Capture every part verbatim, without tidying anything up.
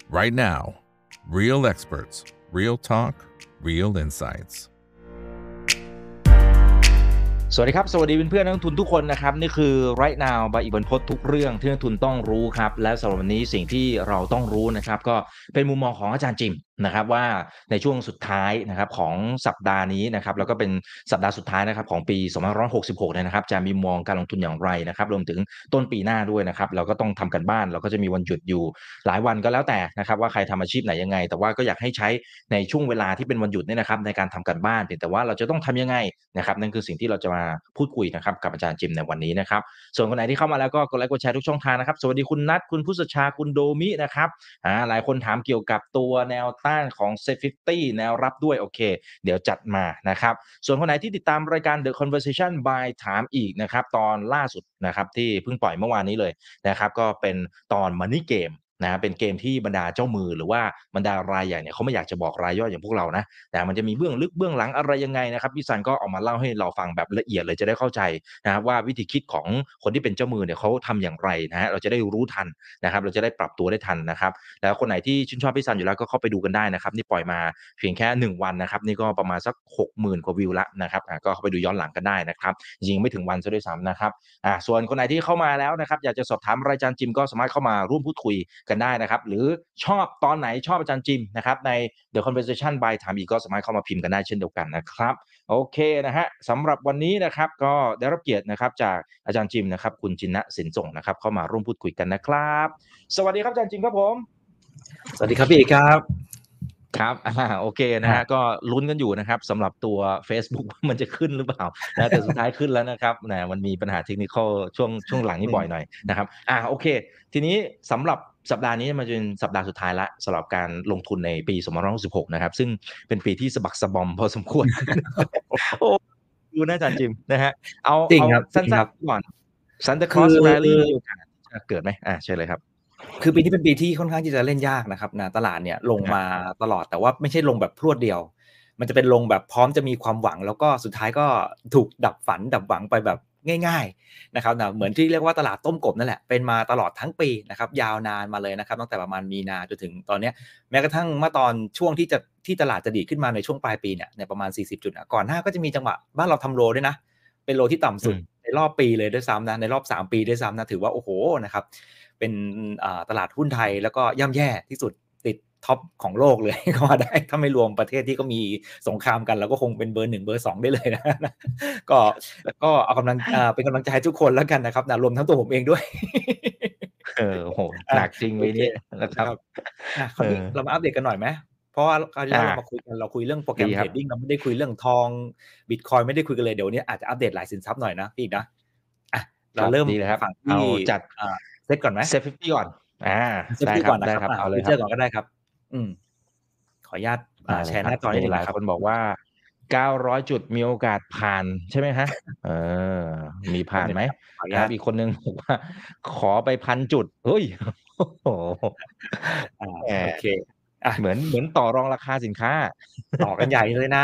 right now. Real experts, real talk, real insights. สวัสดีครับสวัสดีเพื่อนๆนักลงทุนทุกคนนะครับนี่คือ right now บายอีกบรรพตทุกเรื่องที่นักลงทุนต้องรู้ครับและสำหรับวันนี้สิ่งที่เราต้องรู้นะครับก็เป็นมุมมองของอาจารย์จิมนะครับว่าในช่วงสุดท้ายนะครับของสัปดาห์นี้นะครับแล้วก็เป็นสัปดาห์สุดท้ายนะครับของปีสองพันห้าร้อยหกสิบหกเนี่ยนะครับจะมีมุมมองการลงทุนอย่างไรนะครับรวมถึงต้นปีหน้าด้วยนะครับเราก็ต้องทำกันบ้านเราก็จะมีวันหยุดอยู่หลายวันก็แล้วแต่นะครับว่าใครทำอาชีพไหนยังไงแต่ว่าก็อยากให้ใช้ในช่วงเวลาที่เป็นวันหยุดเนี่ยนะครับในการทำกันบ้านเพียงแต่ว่าเราจะต้องทำยังไงนะครับนั่นคือสิ่งที่เราจะมาพูดคุยนะครับกับอาจารย์จิมในวันนี้นะครับส่วนคนไหนที่เข้ามาแล้วก็กดไลค์กดแชร์ทุกช่องทางนะครับสวัสดีคุณนัทคุณพุทธชาคุณโดมินะครับอ่าหลายคนถามเกี่ยวกับตัวแนวต้านของ เซ็ต ห้าสิบ แนวรับด้วยโอเคเดี๋ยวจัดมานะครับส่วนคนไหนที่ติดตามรายการ The Conversation by ถามอีกนะครับตอนล่าสุดนะครับที่เพิ่งปล่อยเมื่อวานนี้เลยนะครับก็เป็นตอน Money Gameนะเป็นเกมที่บรรดาเจ้ามือหรือว่าบรรดารายใหญ่เนี่ยเขาไม่อยากจะบอกรายย่อยอย่างพวกเรานะแต่มันจะมีเบื้องลึกเบื้องหลังอะไรยังไงนะครับพี่ซันก็ออกมาเล่าให้เราฟังแบบละเอียดเลยจะได้เข้าใจนะครับว่าวิธีคิดของคนที่เป็นเจ้ามือเนี่ยเขาทำอย่างไรนะฮะเราจะได้รู้ทันนะครับเราจะได้ปรับตัวได้ทันนะครับแล้วคนไหนที่ชื่นชอบพี่ซันอยู่แล้วก็เข้าไปดูกันได้นะครับนี่ปล่อยมาเพียงแค่หนึ่งวันนะครับนี่ก็ประมาณสัก หกหมื่น กว่าวิวละนะครับอ่ะก็เข้าไปดูย้อนหลังกันได้นะครับจริงๆไม่ถึงวันซะด้วยซ้ำนะครับอ่ะส่วนคนไหนที่เข้ามาแล้วนะครับอยากจะสอบถามอาจารย์จิมก็สามารถเข้ามาร่วมพูดคุยกันได้นะครับหรือชอบตอนไหนชอบอาจารย์จิมนะครับใน The Conversation by ถามอีกก็สามารถเข้ามาพิมพ์กันได้เช่นเดียวกันนะครับโอเคนะฮะสำหรับวันนี้นะครับก็ได้รับเกียรตินะครับจากอาจารย์จิมนะครับคุณจินนะสินส่งนะครับเข้ามาร่วมพูดคุยกันนะครับสวัสดีครับอาจารย์จิมครับผมสวัสดีครับพี่เอกครับครับอ่าโอเคนะฮะก็ลุ้นกันอยู่นะครับสำหรับตัว Facebook ว่ามันจะขึ้นหรือเปล่านะแต่สุดท้ายขึ้นแล้วนะครับนะมันมีปัญหาเทคนิคช่วงช่วงหลังนี้บ่อยหน่อยนะครับอ่าโอเคทีนี้สำหรับสัปดาห์นี้มันจะเป็นสัปดาห์สุดท้ายละสำหรับการลงทุนในปีสองพันห้าร้อยหกสิบหกนะครับซึ่งเป็นปีที่สะบักสะบอมพอสมควรโอ้ดูนะอาจารย์จิมนะฮะเอาเอาสั้นๆก่อนซันตาคลอสแรลลี่มีโอกาสจะเกิดไหมอ่าเชิญเลยครับคือปีที่เป็นปีที่ค่อนข้างที่จะเล่นยากนะครับนะตลาดเนี่ยลงมาตลอดแต่ว่าไม่ใช่ลงแบบพรวดเดียวมันจะเป็นลงแบบพร้อมจะมีความหวังแล้วก็สุดท้ายก็ถูกดับฝันดับหวังไปแบบง่ายๆนะครับนะเหมือนที่เรียกว่าตลาดต้มกบนั่นแหละเป็นมาตลอดทั้งปีนะครับยาวนานมาเลยนะครับตั้งแต่ประมาณมีนาจนถึงตอนนี้แม้กระทั่งเมื่อตอนช่วงที่จะที่ตลาดจะดีขึ้นมาในช่วงปลายปีเนี่ยในประมาณสี่สิบจุดก่อนหน้าก็จะมีจังหวะบ้านเราทำโลด้วยนะเป็นโลที่ต่ำสุดในรอบปีเลยด้วยซ้ำนะในรอบสามปีด้วยซ้ำนะถือว่าโอ้โหนะครับเป็นตลาดหุ้นไทยแล้วก็ย่ำแย่ที่สุดติดท็อปของโลกเลยก็ว่าได้ถ้าไม่รวมประเทศที่ก็มีสงครามกันแล้วก็คงเป็นเบอร์หนึ่งเบอร์สองได้เลยนะก็ก็เอากำลังเป็นกำลังใจให้ทุกคนแล้วกันนะครับนะรวมทั้งตัวผมเองด้วยเออโหหนักจริงเลยเนี่ยนะครับคราวนี้เรามาอัปเดตกันหน่อยไหมเพราะว่าคราวที่เรามาคุยกันเราคุยเรื่องโปรแกรมเทรดดิ้งเราไม่ได้คุยเรื่องทองบิตคอยไม่ได้คุยกันเลยเดี๋ยวนี้อาจจะอัปเดตหลายสินทรัพย์หน่อยนะพี่อีกนะอ่ะเราเริ่มฝั่งที่จัดเซตก่อนไหมเซตห้าสิบก่อนอ่าได้ครับได้ครับเอาเลยครับก่อนก็ได้ครับอืมขออนุญาตแชร์หน้าจอนิดนึงหลายคนบอกว่าเก้าร้อยจุดมีโอกาสผ่านใช่ไหมฮะเออมีผ่านไหมครับอีกคนนึงบอกว่าขอไปพันจุดเฮ้ยโอ้โหโอเคเหมือนเหมือนต่อรองราคาสินค้าต่อกันใหญ่เลยนะ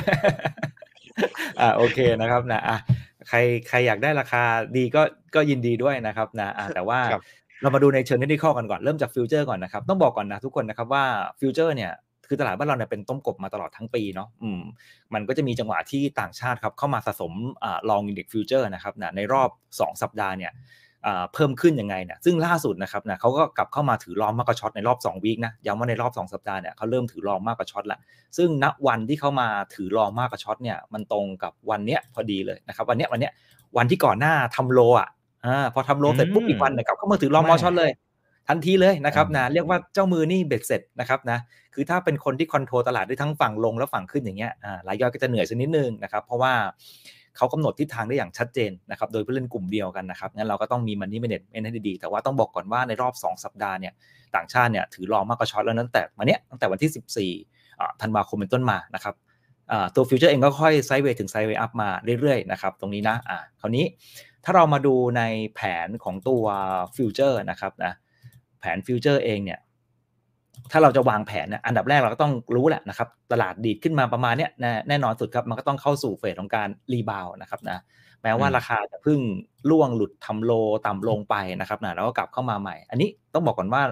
อ่าโอเคนะครับนะอ่ะใครใครอยากได้ราคาดีก็ก็ยินดีด้วยนะครับนะอ่าแต่ว่าเรามาดูในเชิงเทคนิคกันก่อนเริ่มจากฟิวเจอร์ก่อนนะครับต้องบอกก่อนนะทุกคนนะครับว่าฟิวเจอร์เนี่ยคือตลาดบ้านเราเนี่ยเป็นต้มกบมาตลอดทั้งปีเนาะอืมมันก็จะมีจังหวะที่ต่างชาติครับเข้ามาสะสมอ่า long index future นะครับนะในรอบสองสัปดาห์เนี่ยอ่าเพิ่มขึ้นยังไงเนี่ยซึ่งล่าสุดนะครับนะเขาก็กลับเข้ามาถือลองมากกว่าช็อตในรอบสองวีคนะย้ำว่าในรอบสองสัปดาห์เนี่ยเขาเริ่มถือลองมากกว่าช็อตแล้วซึ่งณวันที่เขามาถือลองมากกว่าช็อตเนี่ยมันตรงกับวันเนี้ยพอดีเลยนะครับวันเนี้ยวันเนี้ยวันที่ก่อนหน้าทำโลอ่ะอ่าพอทำโลเสร็จปุ๊บอีกวันเนี่ยกลับเข้ามาถือลองมอช็อตเลยทันทีเลยนะครับนะเรียกว่าเจ้ามือนี่เบ็ดเสร็จนะครับนะคือถ้าเป็นคนที่คอนโทรลตลาดได้ทั้งฝั่งลงและฝั่งขึ้นอย่างเงี้ยอ่ารายย่อยก็จะเหนื่อยสักนิดนึงนะครับเพราะว่าเขากำหนดทิศทางได้อย่างชัดเจนนะครับโดยผู้เล่นกลุ่มเดียวกันนะครับงั้นเราก็ต้องมีมันนี่เมเนจเมนต์ให้ดีๆแต่ว่าต้องบอกก่อนว่าในรอบสองสัปดาห์เนี่ยต่างชาติเนี่ยถือลองมากกว่าช็อตแล้วตั้งแต่มาเนี้ยตั้งแต่วันที่สิบสี่อ่าธันวาคมเป็นต้นมานะครับอ่าตัวฟิวเจอร์เองก็ค่อยไซด์เวย์ถึงไซด์เวย์อัพมาเรื่อยๆนะครับตรงนี้นะอ่าคราวนี้ถ้าเรามาดูในแผนของตัวฟิวเจอร์นะครับนะแผนฟิวเจอร์เองเนี่ยถ้าเราจะวางแผนเนี่ยอันดับแรกเราก็ต้องรู้แหละนะครับตลาดดีดขึ้นมาประมาณเนี้ยแน่นอนสุดครับมันก็ต้องเข้าสู่เฟสของการรีบาวด์นะครับนะแม้ว่าราคาจะเพิ่งล่วงหลุดทำโลต่ำลงไปนะครับนะแล้วก็กลับเข้ามาใหม่อันนี้ต้องบอกก่อนว่า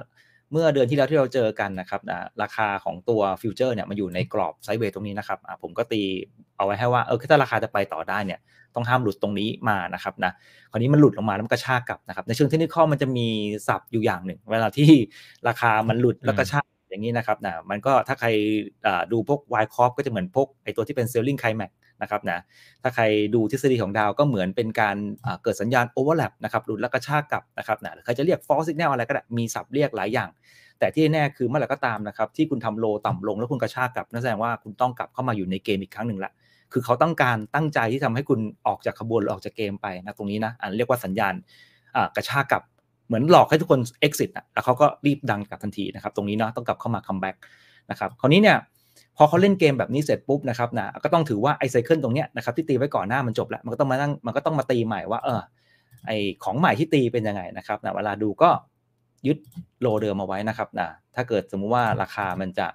เมื่อเดือนที่แล้วที่เราเจอกันนะครับนะราคาของตัวฟิวเจอร์เนี่ยมันอยู่ในกรอบไซด์เวย์ตรงนี้นะครับอ่ะผมก็ตีเอาไว้ให้ว่าเออถ้าราคาจะไปต่อได้เนี่ยต้องห้ามหลุดตรงนี้มานะครับนะคราวนี้มันหลุดลงมาแล้วมันกระชากกลับนะครับในเชิงเทคนิคมันจะมีศัพท์อยู่อย่างหนึ่งเวลาที่ราคามันหลุดแล้วกระชากอย่างนี้นะครับนะมันก็ถ้าใครดูพวก Y Corp ก็จะเหมือนพวกไอตัวที่เป็น Selling Climax นะครับนะถ้าใครดูทฤษฎีของดาวก็เหมือนเป็นการเกิดสัญญาณ Overlap นะครับหลุดแล้วกระชากกลับนะครับนะหรือใครจะเรียก False Signal อะไรก็ได้มีศัพท์เรียกหลายอย่างแต่ที่แน่คือเมื่อไหร่ก็ตามนะครับที่คุณทำโลต่ำลงแล้วคุณกระชากกลับนั่นแสดงว่าคุณต้องกลับเข้ามาอยู่ในเกมอีกครั้งหนึ่งละคือเขาต้องการตั้งใจที่ทำให้คุณออกจากขบวนหรือออกจากเกมไปนะตรงนี้นะอันเรียกว่าสัญญาณกระชากกลับเหมือนหลอกให้ทุกคน exit อ่ะแล้วเขาก็รีบดังกลับทันทีนะครับตรงนี้เนาะต้องกลับเข้ามา come back นะครับคราวนี้เนี่ยพอเขาเล่นเกมแบบนี้เสร็จปุ๊บนะครับนะก็ต้องถือว่าไอ้ไซเคิลตรงเนี้ยนะครับที่ตีไว้ก่อนหน้ามันจบแล้วมันก็ต้องมานั่งมันก็ต้องมาตีใหม่ว่าเออไอ้ของใหม่ที่ตีเป็นยังไงนะครับนะเวลาดูก็ยึดโลเดิมมาไว้นะครับนะถ้าเกิดสมมุติว่าราคามันจะ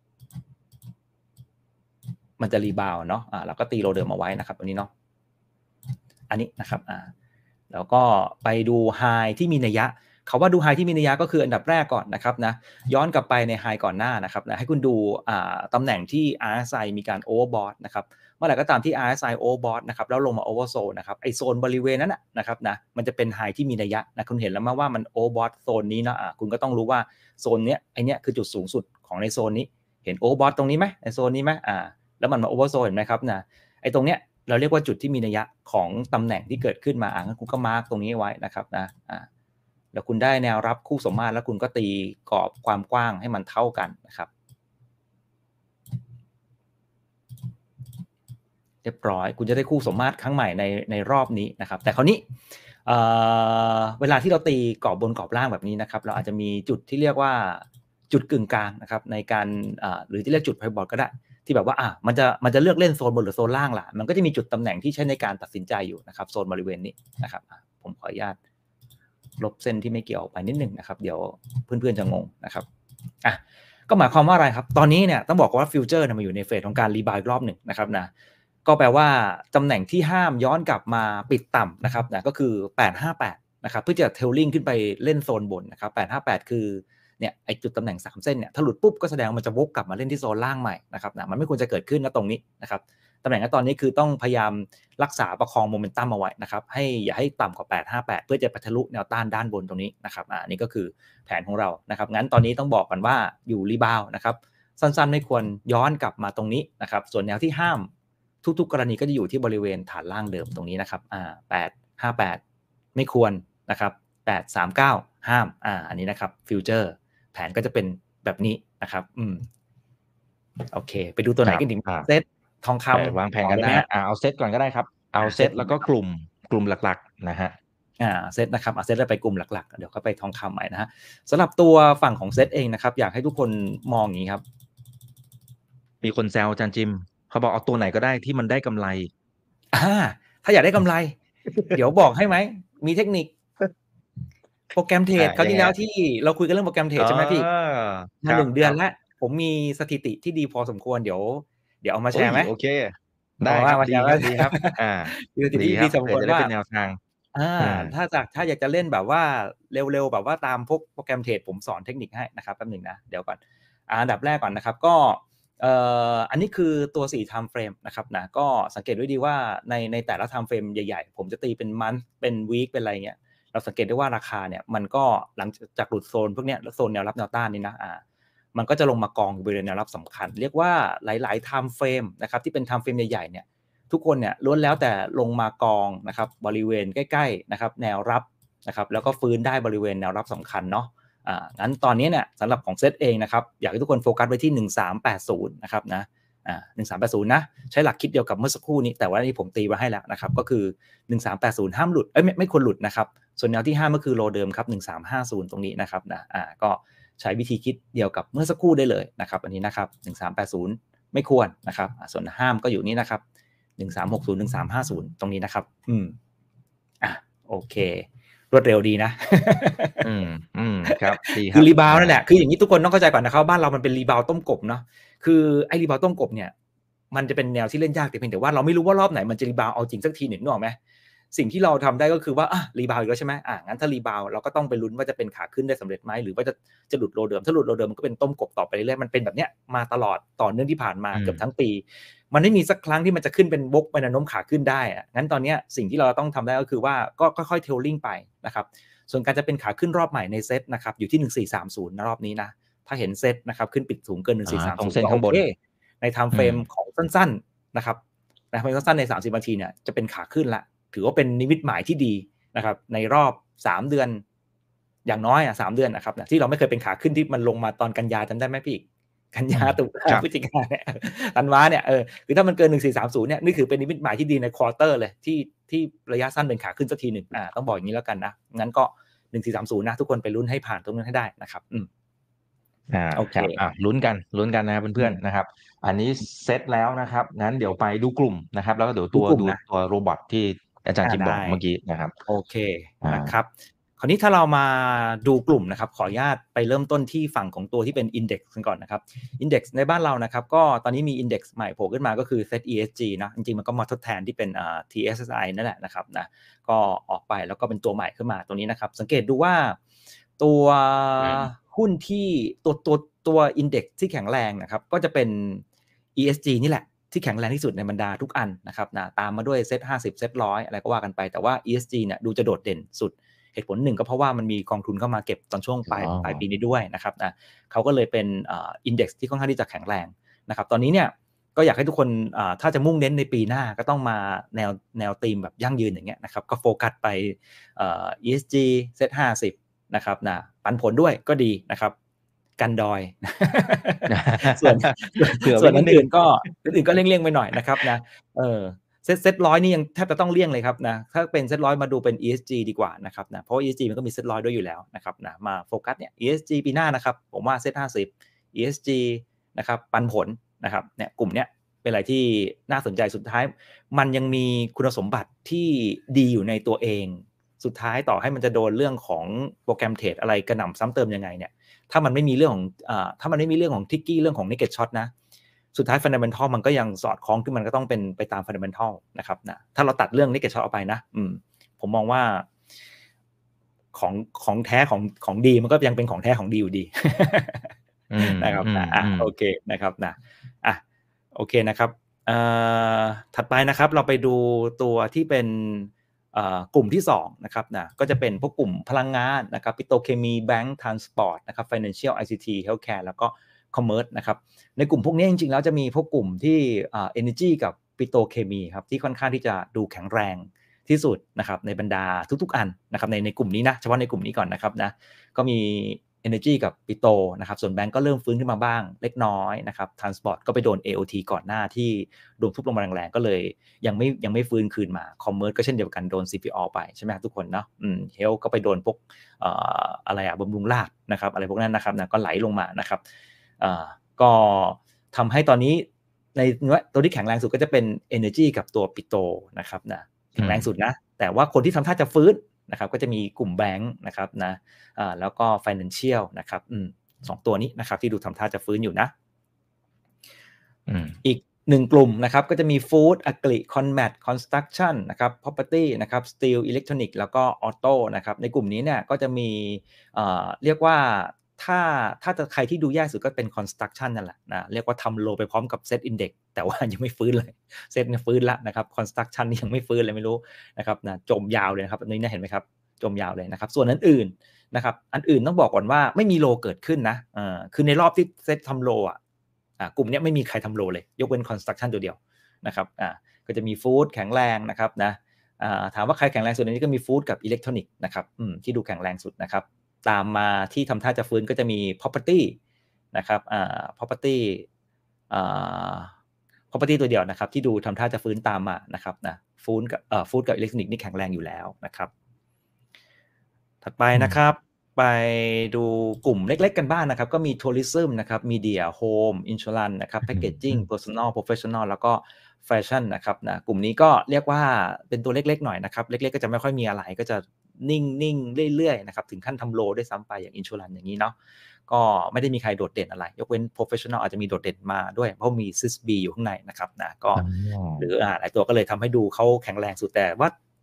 มันจะรีบาวเนาะอ่าเราก็ตีโลเดิมมาไว้นะครับตรงนี้เนาะอันนี้นะครับอ่าแล้วก็ไปดูไฮที่มีนัยยะเขาว่าดูไฮที่มีนัยยะก็คืออันดับแรกก่อนนะครับนะย้อนกลับไปในไฮก่อนหน้านะครับนะให้คุณดูอ่าตำแหน่งที่ อาร์ เอส ไอ มีการโอเวอร์บอทนะครับเมื่อไหร่ก็ตามที่ อาร์ เอส ไอ โอเวอร์บอทนะครับแล้วลงมาโอเวอร์โซนนะครับไอโซนบริเวณนั้นนะครับนะมันจะเป็นไฮที่มีนัยยะนะคุณเห็นแล้วมั้ยว่ามันโอเวอร์บอทโซนนี้นะอ่าคุณก็ต้องรู้ว่าโซนเนี้ยไอเนี้ยคือจุดสูงสุดของในโซนนี้เห็นโอเวอร์บอทตรงนี้ไหมในโซนนี้ไหมอ่าแล้วมันมาโอเวอร์โซนเห็นไหมครับนะไอตรงเนี้ยเราเรียกว่าจุดที่มีนัยยะของตำแหน่งที่เกิดขึ้นมาอ่างั้นคุณก็มาร์กตรงนี้ไว้นะครับนะอ่าแล้วคุณได้แนวรับคู่สมมาตรแล้วคุณก็ตีกรอบความกว้างให้มันเท่ากันนะครับเรียบร้อยคุณจะได้คู่สมมาตรครั้งใหม่ในในรอบนี้นะครับแต่คราวนี้เอ่อเวลาที่เราตีกรอบบนกรอบล่างแบบนี้นะครับเราอาจจะมีจุดที่เรียกว่าจุดกึ่งกลางนะครับในการอ่าหรือที่เรียกจุดไพบอทก็ได้ที่แบบว่าอ่ะมันจะมันจะเลือกเล่นโซนบนหรือโซนล่างล่ะมันก็จะมีจุดตำแหน่งที่ใช้ในการตัดสินใจอยู่นะครับโซนบริเวณนี้นะครับผมขออนุญาตลบเส้นที่ไม่เกี่ยวไปนิดนึงนะครับเดี๋ยวเพื่อนๆจะงงนะครับอ่ะก็หมายความว่าอะไรครับตอนนี้เนี่ยต้องบอกว่าฟิวเจอร์มาอยู่ในเฟสของการรีบาวด์รอบหนึ่งนะครับนะก็แปลว่าตำแหน่งที่ห้ามย้อนกลับมาปิดต่ำนะครับนะก็คือแปดห้าแปดนะครับเพื่อจะเทลลิ่งขึ้นไปเล่นโซนบนนะครับแปดห้าแปดคือเนี่ยไอจุดตำแหน่งสามเส้นเนี่ยถ้าหลุดปุ๊บก็แสดงว่ามันจะวกกลับมาเล่นที่โซนล่างใหม่นะครับนะมันไม่ควรจะเกิดขึ้นนะตรงนี้นะครับตำแหน่งตอนนี้คือต้องพยายามรักษาประคองโมเมนตัมเอาไว้นะครับให้อย่าให้ต่ำกว่าแปดห้าแปดเพื่อจะไปทะลุแนวต้านด้านบนตรงนี้นะครับอ่านี่ก็คือแผนของเรานะครับงั้นตอนนี้ต้องบอกกันว่าอยู่รีบาวนะครับสั้นๆไม่ควรย้อนกลับมาตรงนี้นะครับส่วนแนวที่ห้ามทุกๆกรณีก็จะอยู่ที่บริเวณฐานล่างเดิมตรงนี้นะครับอ่าแปดห้าแปดไม่ควรนะครับแปดสามเก้าห้ามอ่าอันนี้นะครับฟิวเจอร์แผนก็จะเป็นแบบนี้นะครับอืมโอเคไปดูตัวไหนกันดีเซตทองคำวางแผนกันนะเอาเซตก่อนก็ได้ครับเอาเซตแล้วก็กลุ่มกลุ่มหลักๆนะฮะอ่าเซตนะครับเอาเซตแล้วไปกลุ่มหลักๆเดี๋ยวก็ไปทองคำใหม่นะฮะสำหรับตัวฝั่งของเซตเองนะครับอยากให้ทุกคนมองอย่างนี้ครับมีคนแซวอาจารย์จิมเขาบอกเอาตัวไหนก็ได้ที่มันได้กำไรอ่าถ้าอยากได้กำไร เดี๋ยวบอกให้ไหมมีเทคนิคโปรแกรมเทรดคราวที่แล้วที่เราคุยกันเรื่องโปรแกรมเทรดใช่ไหมพี่มาหนึ่งเดือนแล้วผมมีสถิติที่ดีพอสมควรเดี๋ยวเดี๋ยวเอามาแชร์ไหมโอเคได้ครับดีครับดีครับอ่าดีครับดีสมควรว่าเป็นแนวทางอ่าถ้าจากถ้าอยากจะเล่นแบบว่าเร็วๆแบบว่าตามพวกโปรแกรมเทรดผมสอนเทคนิคให้นะครับแป๊บนึงนะเดี๋ยวก่อนอันดับแรกก่อนนะครับก็เอ่ออันนี้คือตัวสี่ time frame นะครับนะก็สังเกตด้วยดีว่าในในแต่ละ time frame ใหญ่ๆผมจะตีเป็น month เป็น week เป็นอะไรเงี้ยเราสังเกตได้ว่าราคาเนี่ยมันก็หลังจากหลุดโซนพวกเนี้ยโซนแนวรับแนวต้านนี่นะอ่ามันก็จะลงมากองอยู่บริเวณแนวรับสำคัญเรียกว่าหลายๆ time frame นะครับที่เป็น time frame ใหญ่ๆเนี่ยทุกคนเนี่ยล้วนแล้วแต่ลงมากองนะครับบริเวณใกล้ๆนะครับแนวรับนะครับแล้วก็ฟื้นได้บริเวณแนวรับสำคัญเนาะอ่างั้นตอนนี้เนี่ยสำหรับของเซตเองนะครับอยากให้ทุกคนโฟกัสไว้ที่หนึ่งสามแปดศูนย์นะครับนะอ่าหนึ่งสามแปดศูนย์นะใช้หลักคิดเดียวกับเมื่อสักครู่นี้แต่ว่านี่ผมตีไว้ให้แล้วนะครับก็คือหนึ่งสามแปดศูนย์ห้ามหลุดเอ้ยไม่ไม่ควรหลุดนะครับส่วนแนวที่ห้าก็คือโลเดิมครับหนึ่งสามห้าศูนย์ตรงนี้นะครับนะอ่าก็ใช้วิธีคิดเดียวกับเมื่อสักครู่ได้เลยนะครับอันนี้นะครับหนึ่งสามแปดศูนย์ไม่ควรนะครับส่วนห้ามก็อยู่นี้นะครับหนึ่งสามหกศูนย์ หนึ่งสามห้าศูนย์ตรงนี้นะครับอืมอ่ะโอเครวดเร็วดีนะอืมอืมครับดีครับคือรีบาวนั่นแหละคืออย่างนี้ทุกคนต้องเข้าใจก่อนนะครับบ้านเรามันเป็นรีบาวต้มกบเนาะคือไอ้รีบาวต้มกบเนี่ยมันจะเป็นแนวที่เล่นยากแต่เพียงแต่ว่าเราไม่รู้ว่ารอบไหนมันจะรีบาวเอาจริงสักทีหนึ่งนึกออกไหมสิ่งที่เราทำได้ก็คือว่าอ่ะรีบาวอีกแล้วใช่ไหมอ่ะงั้นถ้ารีบาวเราก็ต้องไปลุ้นว่าจะเป็นขาขึ้นได้สำเร็จไหมหรือว่าจะจะหลุดโลเดิมถ้าหลุดโลเดิมมันก็เป็นต้มกบต่อไปเรื่อยๆมันเป็นแบบเนี้ยมาตลอดต่อเนื่องที่ผ่านมาเกือบทั้งปีมันไม่มีสักครั้งที่มันจะขึ้นเป็นวกไปแนวโน้มขาขึ้นได้อ่ะงั้นตอนนี้สิ่งที่เราต้องทำได้ก็คือว่าก็ค่อยๆเทลลิ่งไปนะครับส่วนการจะเป็นขาขึ้นรอบใหม่ในเซตนะครับอยู่ที่หนึ่งสี่สามศูนย์นะรอบนี้นะถ้าเห็นเซตนะครับขึ้นปิดสูงเกินหนึ่งสี่สามศูนย์ก็โอเคในไทม์เฟรมของสั้นๆนะครับในไทม์เฟรมสั้นๆในสามสิบนาทีเนี่ยจะเป็นขาขึ้นละถือว่าเป็นนิมิตหมายที่ดีนะครับในรอบสามเดือนอย่างน้อยอ่ะสามเดือนนะครับที่เราไม่เคยเป็นขาขึ้นที่มันลงมาตอนกันยาจำได้ไหมพี่กันยาตุลาพฤศจิกาเนี่ยธันวาเนี่ยเออคือถ้ามันเกินหนึ่งสี่สามศูนย์เนี่ยนี่คือเป็นนิมิตหมายที่ดีในควอเตอร์เลยที่ที่ระยะสั้นเป็นขาขึ้นสักทีหนึ่งอ่าต้องบอกอย่างนี้แล้วกันนะงั้นก็หนึ่งสี่สามศูนย์นะทุกคนไปลุ้นให้ผ่านตรงนั้นให้ได้นะครับอืมอ่าโอเคอ่ะลุ้นกันลุ้นกันนะครับเพื่อนๆนะครับอันนี้เซตแล้วนะครับงั้นเดี๋ยวไปดูกลุ่มนะครับแล้วก็เดี๋ยวตัวดูตัวโรบอทที่อาจารย์จิมบอกเมื่อกี้นะครับโอเคนะครับคราวนี้ถ้าเรามาดูกลุ่มนะครับขออนุญาตไปเริ่มต้นที่ฝั่งของตัวที่เป็น Index กันก่อนนะครับ Index ในบ้านเรานะครับก็ตอนนี้มี Index ใหม่โผล่ขึ้นมาก็คือ เซต อี เอส จี นะจริงๆมันก็มาทดแทนที่เป็นอ่า ที เอส เอส ไอ นั่นแหละนะครับนะก็ออกไปแล้วก็เป็นตัวใหม่ขึ้นมาตัวนี้นะครับสังเกตดูว่าตัวหุ้นที่ตัวตัวตัว Index ที่แข็งแรงนะครับก็จะเป็น อี เอส จี นี่แหละที่แข็งแรงที่สุดในบรรดาทุกอันนะครับนะตามมาด้วยเซตห้าสิบเซตหนึ่งร้อยอะไรก็ว่ากันไปแต่ว่า อี เอส จี เนี่ยดูจะโดดเด่นสุดเหตุผลหนึ่งก็เพราะว่ามันมีกองทุนเข้ามาเก็บตอนช่วงปลายปลายปีนี้ด้วยนะครับนะเขาก็เลยเป็นอ่า index ที่ค่อนข้างที่จะแข็งแรงนะครับตอนนี้เนี่ยก็อยากให้ทุกคนอ่าถ้าจะมุ่งเน้นในปีหน้าก็ต้องมาแนวแนวธีมแบบยั่งยืนอย่างเงี้ยนะครับก็โฟกัสไปอ่า อี เอส จี เซตห้าสิบนะครับนะปันผลด้วยก็ดีนะครับกันดอย ส่วนส่วนอื่นๆก็อื่นๆก็เลี่ยงๆไปหน่อยนะครับนะเออเซตเซตร้อยนี่ยังแทบจะต้องเลี่ยงเลยครับนะถ้าเป็นเซตร้อยมาดูเป็น อี เอส จี ดีกว่านะครับนะเพราะ อี เอส จี มันก็มีเซตร้อยด้วยอยู่แล้วนะครับนะมาโฟกัสเนี่ย อี เอส จี ปีหน้านะครับผมว่าเซตห้าสิบ อี เอส จี นะครับปันผลนะครับเนี่ยกลุ่มเนี้ยเป็นอะไรที่น่าสนใจสุดท้ายมันยังมีคุณสมบัติที่ดีอยู่ในตัวเองสุดท้ายต่อให้มันจะโดนเรื่องของโปรแกรมเทรดอะไรกระหน่ำซ้ำเติมยังไงเนี่ยถ้ามันไม่มีเรื่องของอ่าถ้ามันไม่มีเรื่องของทิกกี้เรื่องของ naked short นะสุดท้าย fundamental มันก็ยังสอดคล้องที่มันก็ต้องเป็นไปตาม fundamental นะครับนะถ้าเราตัดเรื่อง naked short ออกไปนะอืมผมมองว่าของของแท้ของของดีมันก็ยังเป็นของแท้ของดีอยู่ดี นะครับนะอ่ะโอเคนะครับนะอ่ะโอเคนะครับเอ่อถัดไปนะครับเราไปดูตัวที่เป็นกลุ่มที่สองนะครับนะก็จะเป็นพวกกลุ่มพลังงานนะครับปิโตรเคมีแบงก์ทรานสปอร์ตนะครับ Financial ไอ ซี ที Healthcare แล้วก็ Commerce นะครับในกลุ่มพวกนี้จริงๆแล้วจะมีพวกกลุ่มที่อ่า Energy กับปิโตรเคมีครับที่ค่อนข้างที่จะดูแข็งแรงที่สุดนะครับในบรรดาทุกๆอันนะครับในในกลุ่มนี้นะเฉพาะในกลุ่มนี้ก่อนนะครับนะก็มีEnergy กับปิโตนะครับส่วนแบงก์ก็เริ่มฟื้นขึ้นมาบ้างเล็กน้อยนะครับ Transport ก็ไปโดน เอ โอ ที ก่อนหน้าที่โดนทุบลงมาแรงๆก็เลยยังไม่ยังไม่ฟื้นคืนมา Commerce ก็เช่นเดียวกันโดน ซี พี โอ ไปใช่ไหมครับทุกคนเนาะอืม Health ก็ไปโดนพวกเอ่ออะไรอะบำรุงราษฎร์นะครับอะไรพวกนั้นนะครับนะก็ไหลลงมานะครับเอ่อก็ทำให้ตอนนี้ในตัวที่แข็งแรงสุดก็จะเป็น Energy กับตัวปิโตนะครับนะแข็งแรงสุดนะแต่ว่าคนที่ทำท่าจะฟื้นนะครับก็จะมีกลุ่มแบงค์นะครับนะอ่าแล้วก็ Financial นะครับอืมสองตัวนี้นะครับที่ดูทำท่าจะฟื้นอยู่นะอืมอีกหนึ่งกลุ่มนะครับก็จะมี Food Agri Conmat Construction นะครับ Property นะครับ Steel Electronic แล้วก็ Auto นะครับในกลุ่มนี้เนี่ยก็จะมีเอ่อเรียกว่าถ้าถ้าจะใครที่ดูแย่สุดก็เป็น Construction นั่นแหละนะเรียกว่าทำโลไปพร้อมกับ Set Index แต่ว่ายังไม่ฟื้นเลยเซตเนี่ยฟื้นละนะครับ Construction นี่ยังไม่ฟื้นเลยไม่รู้นะครับนะจมยาวเลยนะครับอันนี้นะเห็นไหมครับจมยาวเลยนะครับส่วนอื่นๆนะครับอันอื่นต้องบอกก่อนว่าไม่มีโลเกิดขึ้นนะอ่าคือในรอบที่เซตทำโลอ่ะอ่ากลุ่มนี้ไม่มีใครทำโลเลยยกเว้น Construction ตัวเดียวนะครับอ่าก็จะมีฟู้ดแข็งแรงนะครับนะอ่าถามว่าใครแข็งแรงสุดในนี้ก็มีฟู้ดกับอิเล็กทรอนิกส์นะครับอืมที่ดูแข็งแรงสุดนะครับตามมาที่ทำท่าจะฟื้นก็จะมี property นะครับอ่า property อ่า property ตัวเดียวนะครับที่ดูทำท่าจะฟื้นตามมานะครับนะฟู้ดกับเอ่อฟู้ดกับอิเล็กทรอนิกส์นี่แข็งแรงอยู่แล้วนะครับถัดไปนะครับไปดูกลุ่มเล็กๆกันบ้าง นะครับก็มีทัวริซึมนะครับมีเดียโฮมอินชัวรันนะครับแพคเกจจิ้งเพอร์ซันนอลโปรเฟชชั่นอลแล้วก็แฟชั่นนะครับนะกลุ่มนี้ก็เรียกว่าเป็นตัวเล็กๆหน่อยนะครับเล็กๆก็จะไม่ค่อยมีอะไรก็จะนิ่งๆเรื่อยๆนะครับถึงขั้นทำโลด้วยซ้ำไปอย่างอินชัวรันอย่างนี้เนาะก็ไม่ได้มีใครโดดเด่นอะไรยกเว้น professional อาจจะมีโดดเด่นมาด้วยเพราะมี ซิ ไอ เอส บี อยู่ข้างในนะครับนะก็หรืออ่าหลายตัวก็เลยทำให้ดูเขาแข็งแรงสุดแต่ว่า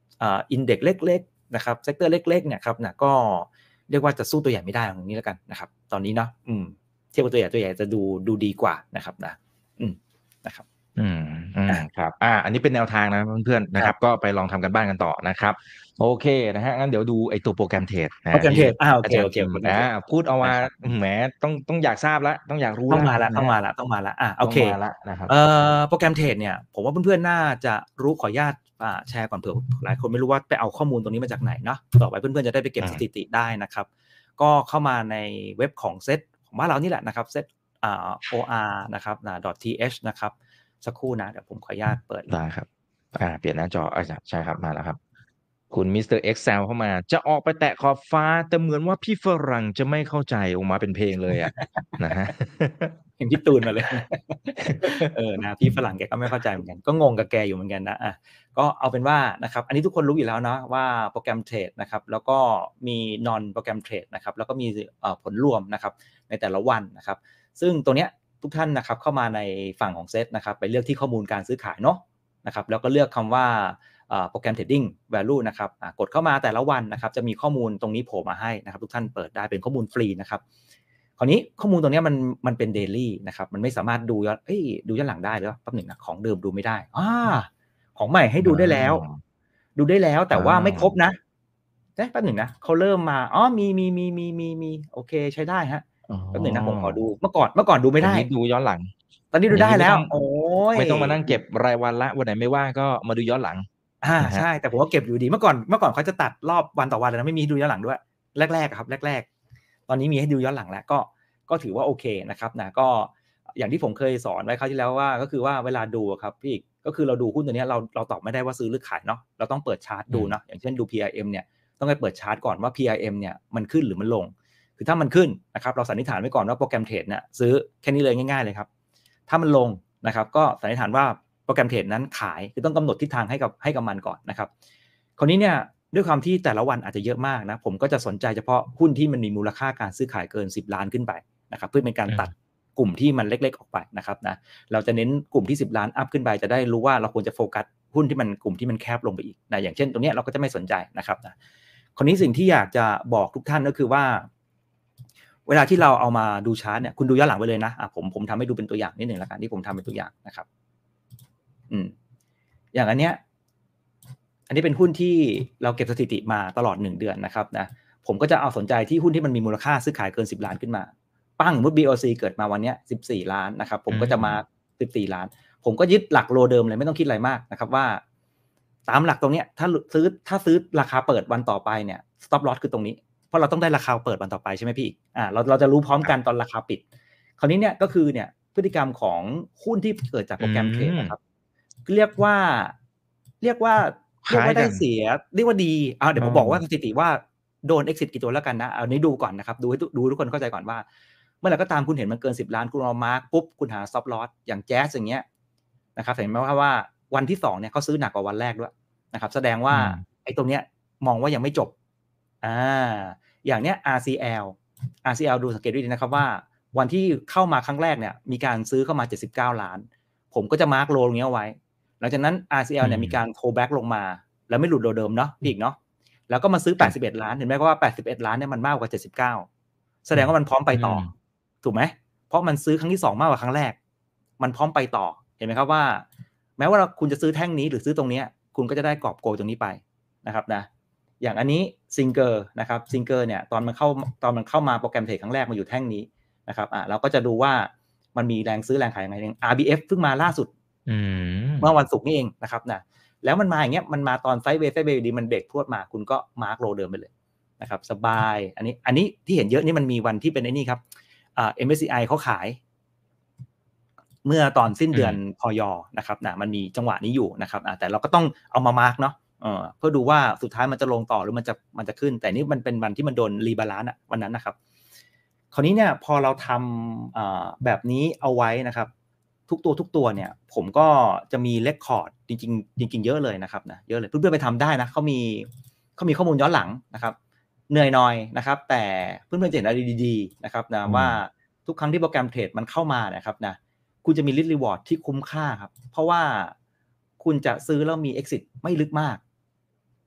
อ่าอินเด็กซ์เล็กๆนะครับเซกเตอร์เล็กๆเนี่ยครับนะก็เรียกว่าจะสู้ตัวใหญ่ไม่ได้ตรงนี้แล้วกันนะครับตอนนี้เนาะอืมเทียบกับตัวใหญ่ตัวใหญ่จะดูดูดีกว่านะครับนะอืมนะครับอืมอืมครับอ่าอันนี้เป็นแนวทางนะเพื่อนๆนะครับก็ไปลองทำกันบ้านกันต่อนะครับโอเคนะฮะงั้นเดี๋ยวดูไอ้ตัวโปรแกรมเทรดนะโปรแกรมเทรดอ่าโออาจารย์เคโอเคจิมอ่าพูดเอามาแหมต้องต้องอยากทราบแล้วต้องอยากรู้ต้องมาแล้วละต้องมาละต้องมาละอ่าโอเคต้องมาละนะครับเอ่อโปรแกรมเทรดเนี่ยผมว่าเพื่อนๆน่าจะรู้ขออนุญาตอ่าแชร์ก่อนเผื่อหลายคนไม่รู้ว่าไปเอาข้อมูลตรงนี้มาจากไหนเนาะต่อไปเพื่อนๆจะได้ไปเก็บสถิติได้นะครับก็เข้ามาในเว็บของเซตของบ้านเรานี่แหละนะครับเซตอ่า โอ อาร์ นะครับนะ .th นะครับสักครู่นะเดี๋ยวผมขออนุญาตเปิดได้ครับอ่าเปลี่ยนหน้าจออ่าใช่ครับมาแล้วครับคุณมิสเตอร์ Excel เข้ามาจะออกไปแตะขอบฟ้าแต่เหมือนว่าพี่ฝรั่งจะไม่เข้าใจออกมาเป็นเพลงเลยอะนะฮะเห็นพี่ตูนมาเลย เออนะพี่ฝรั่งแกก็ไม่เข้าใจเหมือนกันก็งงกับแกอยู่เหมือนกันนะอ่ะก็เอาเป็นว่านะครับอันนี้ทุกคนรู้อยู่แล้วเนาะว่าโปรแกรมเทรดนะครับแล้วก็มี non โปรแกรมเทรดนะครับแล้วก็มีผลรวมนะครับในแต่ละวันนะครับซึ่งตัวเนี้ยทุกท่านนะครับเข้ามาในฝั่งของเซตนะครับไปเลือกที่ข้อมูลการซื้อขายเนาะนะครับแล้วก็เลือกคำว่าโปรแกรมเทรดดิ้ง value นะครับกดเข้ามาแต่ละวันนะครับจะมีข้อมูลตรงนี้โผล่มาให้นะครับทุกท่านเปิดได้เป็นข้อมูลฟรีนะครับคราวนี้ข้อมูลตรงนี้มันมันเป็นเดลี่นะครับมันไม่สามารถดูย้อนเอ้ยดูย้อนหลังได้หรือว่าแป๊บหนึ่งนะของเดิมดูไม่ได้อ่าของใหม่ให้ดูได้แล้วดูได้แล้วแต่ว่าไม่ครบนะแป๊บหนึ่งนะเขาเริ่มมาอ๋อมีมีมีมีมีมีโอเคใช้ได้ฮะแป๊บหนึ่งนะผมขอดูเมื่อก่อนเมื่อก่อนดูไม่ได้ดูย้อนหลังตอนนี้ดูได้แล้วโอ้ยไม่ต้องมานั่งเก็บรายวันละวันไหนไม่ว่างก็มาดูย้อนหลังอ่าใช่แต่ผมก็เก็บอยู่ดีเมื่อก่อนเมื่อก่อนเขาจะตัดรอบวันต่อวันเลยนะไม่มีดูย้อนหลังด้วยแรกๆครับแรกๆตอนนี้มีให้ดูย้อนหลังแล้วก็ก็ถือว่าโอเคนะครับนะก็อย่างที่ผมเคยสอนไว้คราวที่แล้วว่าก็คือว่าเวลาดูครับพี่ก็คือเราดูหุ้นตัวนี้เราเราตอบไม่ได้ว่าซื้อหรือขายเนาะเราต้องเปิดชาร์ตดูเนาะอย่างเช่นดู พี อาร์ เอ็ม เนี่ยต้องไปเปิดชาร์ตก่อนว่า พี อาร์ เอ็ม เนี่ยมันขึ้นหรือมันลงคือถ้ามันขึ้นนะครับเราสันนิษฐานไว้ก่อนว่าโปรแกรมเทรดเนี่ยซื้อแค่นี้เลยง่ายๆเลยครับถ้ามันลงนะครับก็สันนิษฐานว่าโปรแกรมเทรดนั้นขายคือต้องกำหนดทิศทางให้กับให้กับมันก่อนนะครับคราวนี้เนี่ยด้วยความที่แต่ละวันอาจจะเยอะมากนะผมก็จะสนใจเฉพาะหุ้นที่มันมีมูลค่าการซื้อขายเกินสิบล้านขึ้นไปนะครับเพื่อเป็นการตัดกลุ่มที่มันเล็กๆออกไปนะครับนะเราจะเน้นกลุ่มที่สิบล้านอัพขึ้นไปจะได้รู้ว่าเราควรจะโฟกัสหุ้นที่มันกลุ่มที่มันแคบลงไปอีกนะอย่างเช่นตรงนี้เราก็จะไม่สนใจนะครับนะคราวนี้สิ่งที่อยากจะบอกทุกท่านก็คือว่าเวลาที่เราเอามาดูชาร์ตเนี่ยคุณดูย้อนหลังไปเลยนะอ่ะผมผมทำให้ดูเป็นตัวอย่างนิดหนึ่งแล้วกันที่ผมทำเป็นตัวอย่างนะครับอืมอย่างอันเนี้ยอันนี้เป็นหุ้นที่เราเก็บสถิติมาตลอดหนึ่งเดือนนะครับนะผมก็จะเอาสนใจที่หุ้นที่มันมีมูลค่าซื้อขายเกินสิบล้านขึ้นมาปั้งมุด บี โอ ซี เกิดมาวันนี้สิบสี่ล้านนะครับผมก็จะมาสิบสี่ล้านผมก็ยึดหลักโลเดิมเลยไม่ต้องคิดอะไรมากนะครับว่าตามหลักตรงเนี้ยถ้าซื้อถ้าซื้อราคาเปิดวันต่อไปเนี่ย stop loss คือตรงนี้เพราะเราต้องได้ราคาเปิดวันต่อไปใช่ไหมพี่อ่าเราเราจะรู้พร้อมกันตอนราคาปิดคราวนี้เนี่ยก็คือเนี่ยพฤติกรรมของหุ้นที่เกิดจากโปรแกรมเทรดนะครับเรียกว่าเรียกว่าเรียกว่าได้เสียเรียกว่าดีเอาเดี๋ยวผมบอกว่าสถิติว่าโดน exit กี่ตัวแล้วกันนะเอานี้ดูก่อนนะครับดูให้ดูทุกคนเข้าใจก่อนว่าเมื่อไหร่ก็ตามคุณเห็นมันเกินสิบล้านคุณเอามาร์กปุ๊บคุณหา stop loss อย่างแจ๊สอย่างเงี้ยนะครับเห็นไหมว่าวันที่สองเนี่ยเขาซื้อหนักกว่าวันแรกด้วยนะครับแสดงว่าไอ้ตรงเนี้ยมองว่ายังไม่จบอ่าอย่างเนี้ย อาร์ ซี แอล อาร์ ซี แอล ดูสังเกตดีนะครับว่าวันที่เข้ามาครั้งแรกเนี่ยมีการซื้อเข้ามาเจ็ดสิบเก้าล้านผมก็จะมาร์กโลตรงนี้เอาไว้หลังจากนั้น อาร์ ซี แอล เนี่ยมีการโทรแบ็กลงมาแล้วไม่หลุดโลเดิมเนาะพี่อีกเนาะแล้วก็มาซื้อแปดสิบเอ็ดล้านเห็นไหมว่าแปดสิบเอ็ดล้านเนี่ยมันมากกว่าเจ็ดสิบเก้าแสดงว่ามันพร้อมไปต่อถูกไหมเพราะมันซื้อครั้งที่สองมากกว่าครั้งแรกมันพร้อมไปต่อเห็นไหมครับว่าแม้ว่าคุณจะซื้อแท่งนี้หรือซื้อตรงนี้คุณก็จะได้กอบโกยตรงนี้ไปนะครับนะอย่างอันนี้ซิงเกอร์นะครับซิงเกอร์เนี่ยตอนมันเข้าตอนมันเข้ามาโปรแกรมเทรดครั้งแรกมาอยู่แท่งนี้นะครับอ่ะเราก็จะดูว่ามันมีแรงซื้อแรงขายยังไง อาร์ บี เอฟ เพิ่งมาล่าสุดเมื่อวันศุกร์นี่เองนะครับนะแล้วมันมาอย่างเงี้ยมันมาตอนไซด์เวย์ไซด์เวย์ดีมันเบรกพรวดมาคุณก็มาร์กโลเดิมไปเลยนะครับสบายอันนี้อันนี้ที่เห็นเยอะนี่มันมีวันที่เป็นไอ้นี่ครับอ่า เอ็ม เอส ซี ไอ เขาขายเมื่อตอนสิ้นเดือนพยนะครับนะมันมีจังหวะนี้อยู่นะครับแต่เราก็ต้องเอามามาร์กเนาะเออเพื่อดูว่าสุดท้ายมันจะลงต่อหรือมันจะมันจะขึ้นแต่นี่มันเป็นวันที่มันโดนรีบาลานซ์อ่ะวันนั้นนะครับคราวนี้เนี่ยพอเราทำอ่าแบบนี้เอาไว้นะครับทุกตัวทุกตัวเนี่ยผมก็จะมีเรคคอร์ดจริงๆจริงๆเยอะเลยนะครับนะเยอะเลยเพื่อนๆไปทำได้นะเขามีเขามีข้อมูลย้อนหลังนะครับเหนื่อยหน่อยนะครับแต่เพื่อนๆจะเห็นอะไรดีๆนะครับนะว่าทุกครั้งที่โปรแกรมเทรดมันเข้ามานะครับนะคุณจะมีริชรีวอร์ดที่คุ้มค่าครับเพราะว่าคุณจะซื้อแล้วมี exit ไม่ลึกมาก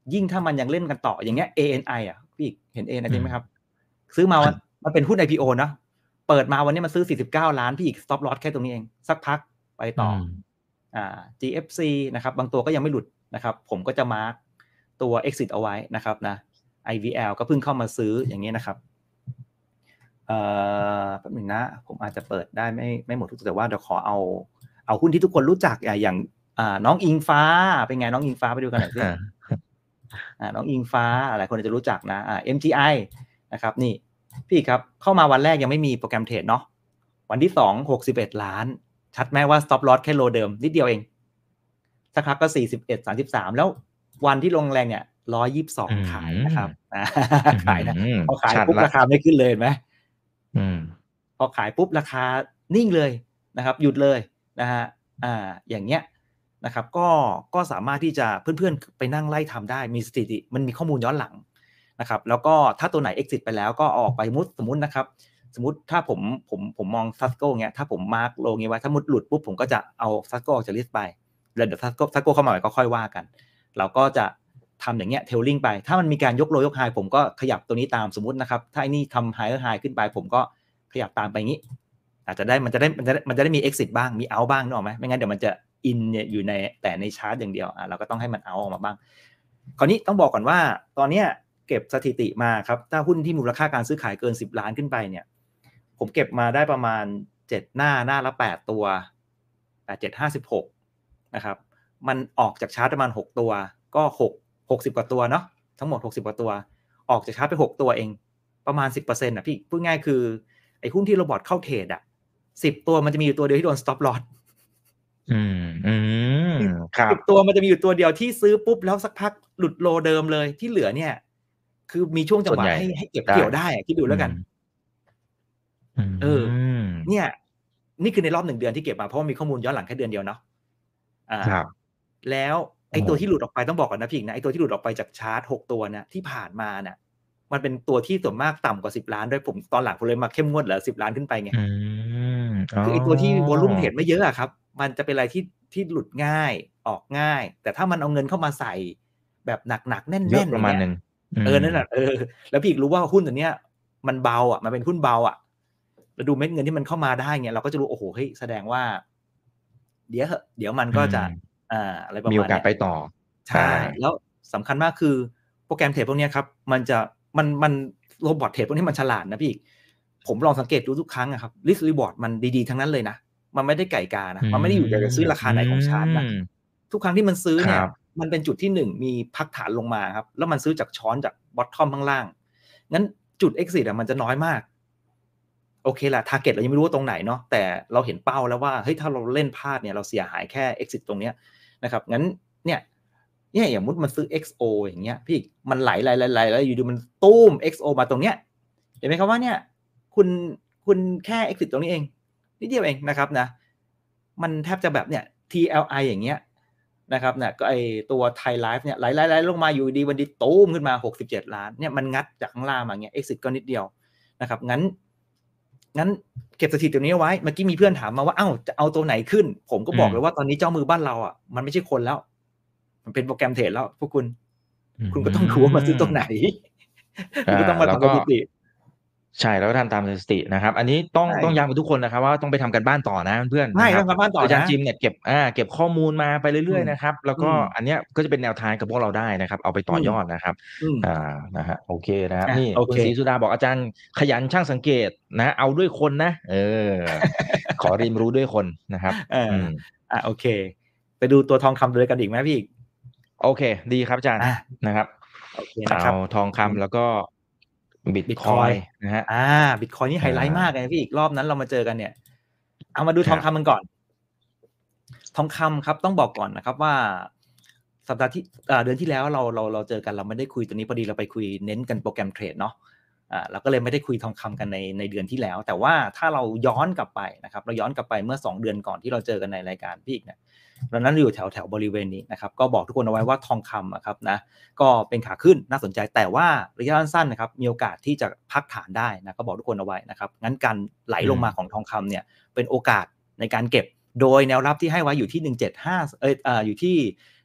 ยิ่งถ้ามันยังเล่นกันต่ออย่างเงี้ย เอ เอ็น ไอ อ่ะพี่เห็น เอ เอ็น ไออืจริงมไหมครับซื้อมาวันมันเป็นหุ้น ไอ พี โอ เนาะเปิดมาวันนี้มันซื้อสี่สิบเก้าล้านพี่อีก stop loss แค่ตรงนี้เองสักพักไปต่ออืมอ่า จี เอฟ ซี นะครับบางตัวก็ยังไม่หลุดนะครับผมก็จะมาร์กตัว exit เอาไว้นะครับนะ ไอ วี แอล ก็เพิ่งเข้ามาซื้ออย่างเงี้ยนะครับเอ่อแป๊บนึงนะผมอาจจะเปิดได้ไม่ไม่หมดทุกตัวแต่ว่าเดี๋ยวขอเอาเอาหุ้นที่ทุกคนรู้จักอย่างอ่าน้องอิงฟ้าเป็นไงน้องอิงฟ้าไปดูกันหน่อยสิอ่าน้องอิงฟ้าหลายคนจะรู้จักนะอ่า เอ็ม จี ไอ นะครับนี่พี่ครับเข้ามาวันแรกยังไม่มีโปรแกรมเทรดเนาะวันที่สอง หกสิบเอ็ดล้านชัดไหมว่า stop loss แค่โลเดิมนิดเดียวเองสักพักก็สี่สิบเอ็ด สามสิบสามแล้ววันที่ลงแรงเนี่ยหนึ่งร้อยยี่สิบสองขายนะครับขายนะพอขายปุ๊บราคาไม่ขึ้นเลยเห็นไหมพอขายปุ๊บราคานิ่งเลยนะครับหยุดเลยนะฮะอ่าอย่างเงี้ยนะครับก็ก็สามารถที่จะเพื่อนๆไปนั่งไล่ทำได้มีสถิติมันมีข้อมูลย้อนหลังนะครับแล้วก็ถ้าตัวไหน exit ไปแล้วก็ออกไปมุดสมมุตินะครับสมมุติถ้าผมผมผมมองซัสโก้เงี้ยถ้าผมมาร์กโลงี้ไว้ถ้ามุดหลุดปุ๊บผมก็จะเอาซัสโก้ออกจากลิสต์ไปแล้วเดี๋ยวซัสโก้ซัสโก้เข้ามาใหม่ก็ค่อยว่ากันเราก็จะทำอย่างเงี้ยเทลลิ่งไปถ้ามันมีการยกโลยกไฮผมก็ขยับตัวนี้ตามสมมุตินะครับถ้าไอ้นี่ทำไฮเออร์ไฮขึ้นไปผมก็ขยับตามไปงี้อาจจะได้มันจะได้มันจะมันจะได้มี exit บ้างมี out บ้างนึกออกไหมไม่งั้นเดี๋ยวมันจะ in เนี่ยอยู่ในแต่ในชาร์ตอย่างเดียวอ่ะเราก็ต้องให้มัน out ออกมาบ้างคราวนี้ต้องบอกก่อนว่าตอนเนี้ยเก็บสถิติมาครับถ้าหุ้นที่มูลค่าการซื้อขายเกินสิบล้านขึ้นไปเนี่ยผมเก็บมาได้ประมาณเจ็ดหน้าหน้าละแปดตัวแปด เจ็ด ห้าสิบหกนะครับมันออกจากชาร์ตประมาณหกตัวก็หก หกสิบกว่าตัวเนาะทั้งหมดหกสิบกว่าตัวออกจากชาร์ตไปหกตัวเองประมาณ สิบเปอร์เซ็นต์ น่ะพี่พูดง่ายคือไอ้หุ้นที่โรบอทเข้าเทรดอ่ะสิบตัวมันจะมีอยู่ตัวเดียวที่โดน stop loss อืมอืมครับสิบตัวมันจะมีอยู่ตัวเดียวที่ซื้อปุ๊บแล้วสักพักหลุดโลเดิมเลยที่เหลือเนี่ยคือมีช่วงจังหวะให้ให้เก็บเกี่ยวได้คิดดูแล้วกันเออเนี่ยนี่คือในรอบหนึ่งเดือนที่เก็บมาเพราะว่ามีข้อมูลย้อนหลังแค่เดือนเดียวเนาะอ่าแล้วไอ้ตัวที่หลุดออกไปต้องบอกก่อนนะพี่นะไอ้ตัวที่หลุดออกไปจากชาร์ตหกตัวนะที่ผ่านมาเนี่ยมันเป็นตัวที่ส่วนมากต่ำกว่าสิบล้านด้วยผมตอนหลังผมเลยมาเข้มงวดเหลือสิบล้านขึ้นไปไงคือไอ้ตัวที่วอลลุ่มเทรดไม่เยอะอะครับมันจะเป็นอะไรที่ที่หลุดง่ายออกง่ายแต่ถ้ามันเอาเงินเข้ามาใส่แบบหนักๆแน่นๆประมาณนึงเออนั่นแหละเออแล้วพี่รู้ว่าหุ้นตัวเนี้ยมันเบาอ่ะมันเป็นหุ้นเบาอ่ะแล้วดูเม็ดเงินที่มันเข้ามาได้เงี้ยเราก็จะรู้โอ้โหเฮ้ยแสดงว่าเดี๋ยวเดี๋ยวมันก็จะอ่าอะไรประมาณนี้มีโอกาสไปต่อใช่แล้วสำคัญมากคือโปรแกรมเทรดพวกนี้ครับมันจะมันมันโรบอทเทรดพวกนี้มันฉลาดนะพี่ผมลองสังเกตดูทุกครั้งอะครับริสก์รีวอร์ดมันดีๆทั้งนั้นเลยนะมันไม่ได้ไก่กานะมันไม่ได้อยู่เดี๋ยวจะซื้อราคาไหนของชาร์ตนะทุกครั้งที่มันซื้อเนี่ยมันเป็นจุดที่หนึ่งมีพักฐานลงมาครับแล้วมันซื้อจากช้อนจากบอททอมข้างล่างงั้นจุด exit อ่ะมันจะน้อยมากโอเคแหละ target เรายังไม่รู้ว่าตรงไหนเนาะแต่เราเห็นเป้าแล้วว่าเฮ้ยถ้าเราเล่นพลาดเนี่ยเราเสียหายแค่ exit ตรงเนี้ยนะครับงั้นเนี่ยเนี่ยอย่างมุดมันซื้อ เอ็กซ์ โอ อย่างเงี้ยพี่มันไหลไหลไหลแล้วอยู่ดีมันตุ้ม เอ็กซ์ โอ มาตรงเนี้ยเห็นไหมครับว่าเนี่ยคุณคุณแค่ exit ตรงนี้เองนิดเดียวเองนะครับนะมันแทบจะแบบเนี่ย ที แอล ไอ อย่างเงี้ยนะครับเนี่ยก็ไอตัวไทยไลฟ์เนี่ยไหลๆๆลงมาอยู่ดีวันดีตูมขึ้นมาหกสิบเจ็ดล้านเนี่ยมันงัดจากข้างล่างมาเงี้ย exit ก็นิดเดียวนะครับงั้นงั้นเก็บสถิติตัวนี้ไว้เมื่อกี้มีเพื่อนถามมาว่าเอ้าจะเอาตัวไหนขึ้นผมก็บอกเลยว่าตอนนี้เจ้ามือบ้านเราอ่ะมันไม่ใช่คนแล้วมันเป็นโปรแกรมเทรดแล้วพวกคุณคุณก็ต้องรู้ว่ามาซื้อตรงไหนคุณก็ต้องมาทำสถิติใช่แล้วก็ทำตามสถิตินะครับอันนี้ต้องต้องย้ำกับทุกคนนะครับว่าต้องไปทำกันบ้านต่อนะเพื่อนๆนะครับอาจารย์จิมเนี่ยเก็บอ่าเก็บข้อมูลมาไปเรื่อยๆนะครับแล้วก็อันเนี้ยก็จะเป็นแนวทางกับพวกเราได้นะครับเอาไปต่อยอดนะครับอ่านะฮะโอเคนะครับนี่คุณศรีสุดาบอกอาจารย์ขยันช่างสังเกตนะเอาด้วยคนนะเออขอเรียนรู้ด้วยคนนะครับอืมอ่าโอเคไปดูตัวทองคำเลยกันอีกไหมพี่โอเคดีครับอาจารย์นะครับโอเคนะครับเอาทองคำแล้วก็บิตคอยนะฮะอ่าบิตคอยนี่ไฮไลท์มากเลยพี่อีกรอบนั้นเรามาเจอกันเนี่ยเอามาดูทองคำมันก่อนทองคำครับต้องบอกก่อนนะครับว่าสัปดาห์ที่เดือนที่แล้วเราเราเราเจอกันเราไม่ได้คุยตัวนี้พอดีเราไปคุยเน้นกันโปรแกรมเทรดเนาะอ่าเราก็เลยไม่ได้คุยทองคำกันในในเดือนที่แล้วแต่ว่าถ้าเราย้อนกลับไปนะครับเราย้อนกลับไปเมื่อสองเดือนก่อนที่เราเจอกันในรายการพี่อีกเนี่ยตอนนั้นอยู่แถวแถวบริเวณนี้นะครับก็บอกทุกคนเอาไว้ว่าทองคำอะครับนะก็เป็นขาขึ้นน่าสนใจแต่ว่าระยะสั้นๆนะครับมีโอกาสที่จะพักฐานได้นะก็บอกทุกคนเอาไว้นะครับงั้นการไหลลงมาของทองคำเนี่ยเป็นโอกาสในการเก็บโดยแนวรับที่ให้ไว้อยู่ที่หนึ่งเจ็ดห้าเอ่ออยู่ที่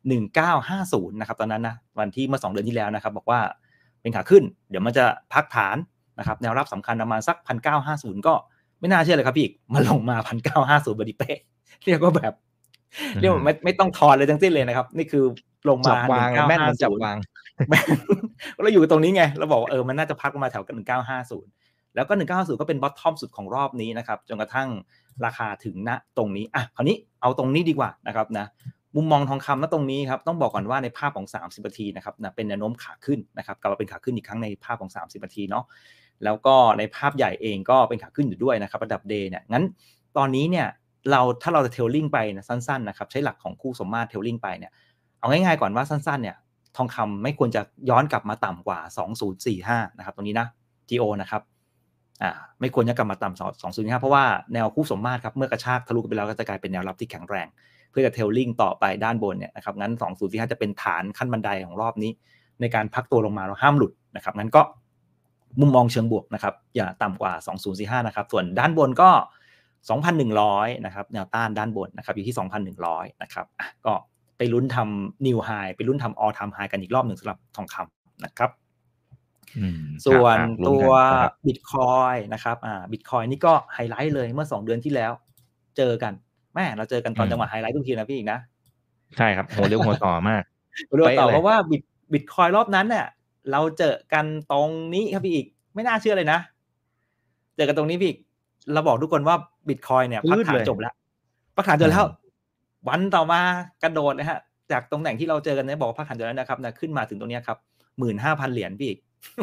หนึ่งพันเก้าร้อยห้าสิบนะครับตอนนั้นนะวันที่เมื่อสองเดือนที่แล้วนะครับบอกว่าเป็นขาขึ้นเดี๋ยวมันจะพักฐานนะครับแนวรับสำคัญประมาณสัก หนึ่งพันเก้าร้อยห้าสิบ ก็ไม่น่าเชื่อเลยครับพี่มันลงมา หนึ่งพันเก้าร้อยห้าสิบ บริเป้เรียกว่าแบบเรียกว่าไม่ไม่ต้องทอนเลยทั้งสิ้นเลยนะครับนี่คือลงมาจับวางแม่นมันจับวางเราอยู่ตรงนี้ไงเราบอกว่าเออมันน่าจะพักมาแถวกันหนึ่งพันเก้าร้อยห้าสิบแล้วก็หนึ่งพันเก้าร้อยห้าสิบก็เป็นบอททอมสุดของรอบนี้นะครับจนกระทั่งราคาถึงณตรงนี้อ่ะคราวนี้เอาตรงนี้ดีกว่านะครับนะมุมมองทองคำณตรงนี้ครับต้องบอกก่อนว่าในภาพของสามสิบนาทีนะครับนะเป็นแนวโน้มขาขึ้นนะครับกลับมาเป็นขาขึ้นอีกครั้งในภาพของสามสิบนาทีเนาะแล้วก็ในภาพใหญ่เองก็เป็นขาขึ้นอยู่ด้วยนะครับระดับ day เนี่ยงั้นตอนนี้เนี่ยเราถ้าเราจะเทรลลิ่งไปนะสั้นๆนะครับใช้หลักของคู่สมมาตรเทรลลิ่งไปเนี่ยเอาง่ายๆก่อนว่าสั้นๆเนี่ยทองคำไม่ควรจะย้อนกลับมาต่ำกว่าสองพันสี่สิบห้านะครับตรงนี้นะ จี โอ นะครับอ่าไม่ควรจะกลับมาต่ำสองพันสี่สิบห้าเพราะว่าแนวคู่สมมาตรครับเมื่อกระชากทะลุกันไปแล้วก็จะกลายเป็นแนวรับที่แข็งแรงเพื่อจะเทรลลิ่งต่อไปด้านบนเนี่ยนะครับงั้นสองพันสี่สิบห้าจะเป็นฐานขั้นบันไดของรอบนี้ในการพักตัวลงมาเราห้ามหลุดนะครับงั้นก็มุมมองเชิงบวกนะครับอย่าต่ำกว่าสองพันสี่สิบห้านะครับส่วนด้านบนก็ สองพันหนึ่งร้อย นะครับแนวต้านด้านบนนะครับอยู่ที่ สองพันหนึ่งร้อย นะครับอ่ะก็ไปลุ้นทำ new high ไปลุ้นทำ all time high กันอีกรอบหนึ่งสำหรับทองคำนะครับส่วนตัว Bitcoin นะครับอ่า Bitcoin นี่ก็ไฮไลท์เลยเมื่อสองเดือนที่แล้วเจอกันแม่เราเจอกันตอนจังหวะไฮไลท์ทุกทีนะพี่อีกนะใช่ครับโหเรียวหัวต่อมากเรียวต่อเพราะว่า Bitcoin รอบนั้นเนี่ยเราเจอกันตรงนี้ครับพี่อีกไม่น่าเชื่อเลยนะเจอกันตรงนี้พี่อีกเราบอกทุกคนว่า Bitcoin เนี่ยพักฐานจบแล้วพักฐานจบแล้ววันต่อมากระโดดนะฮะจากตรงไหนที่เราเจอกันเนี่ยบอกว่าพักฐานจบแล้วนะครับนะขึ้นมาถึงตรงนี้ครับ หนึ่งหมื่นห้าพัน เหรียญพี่อีก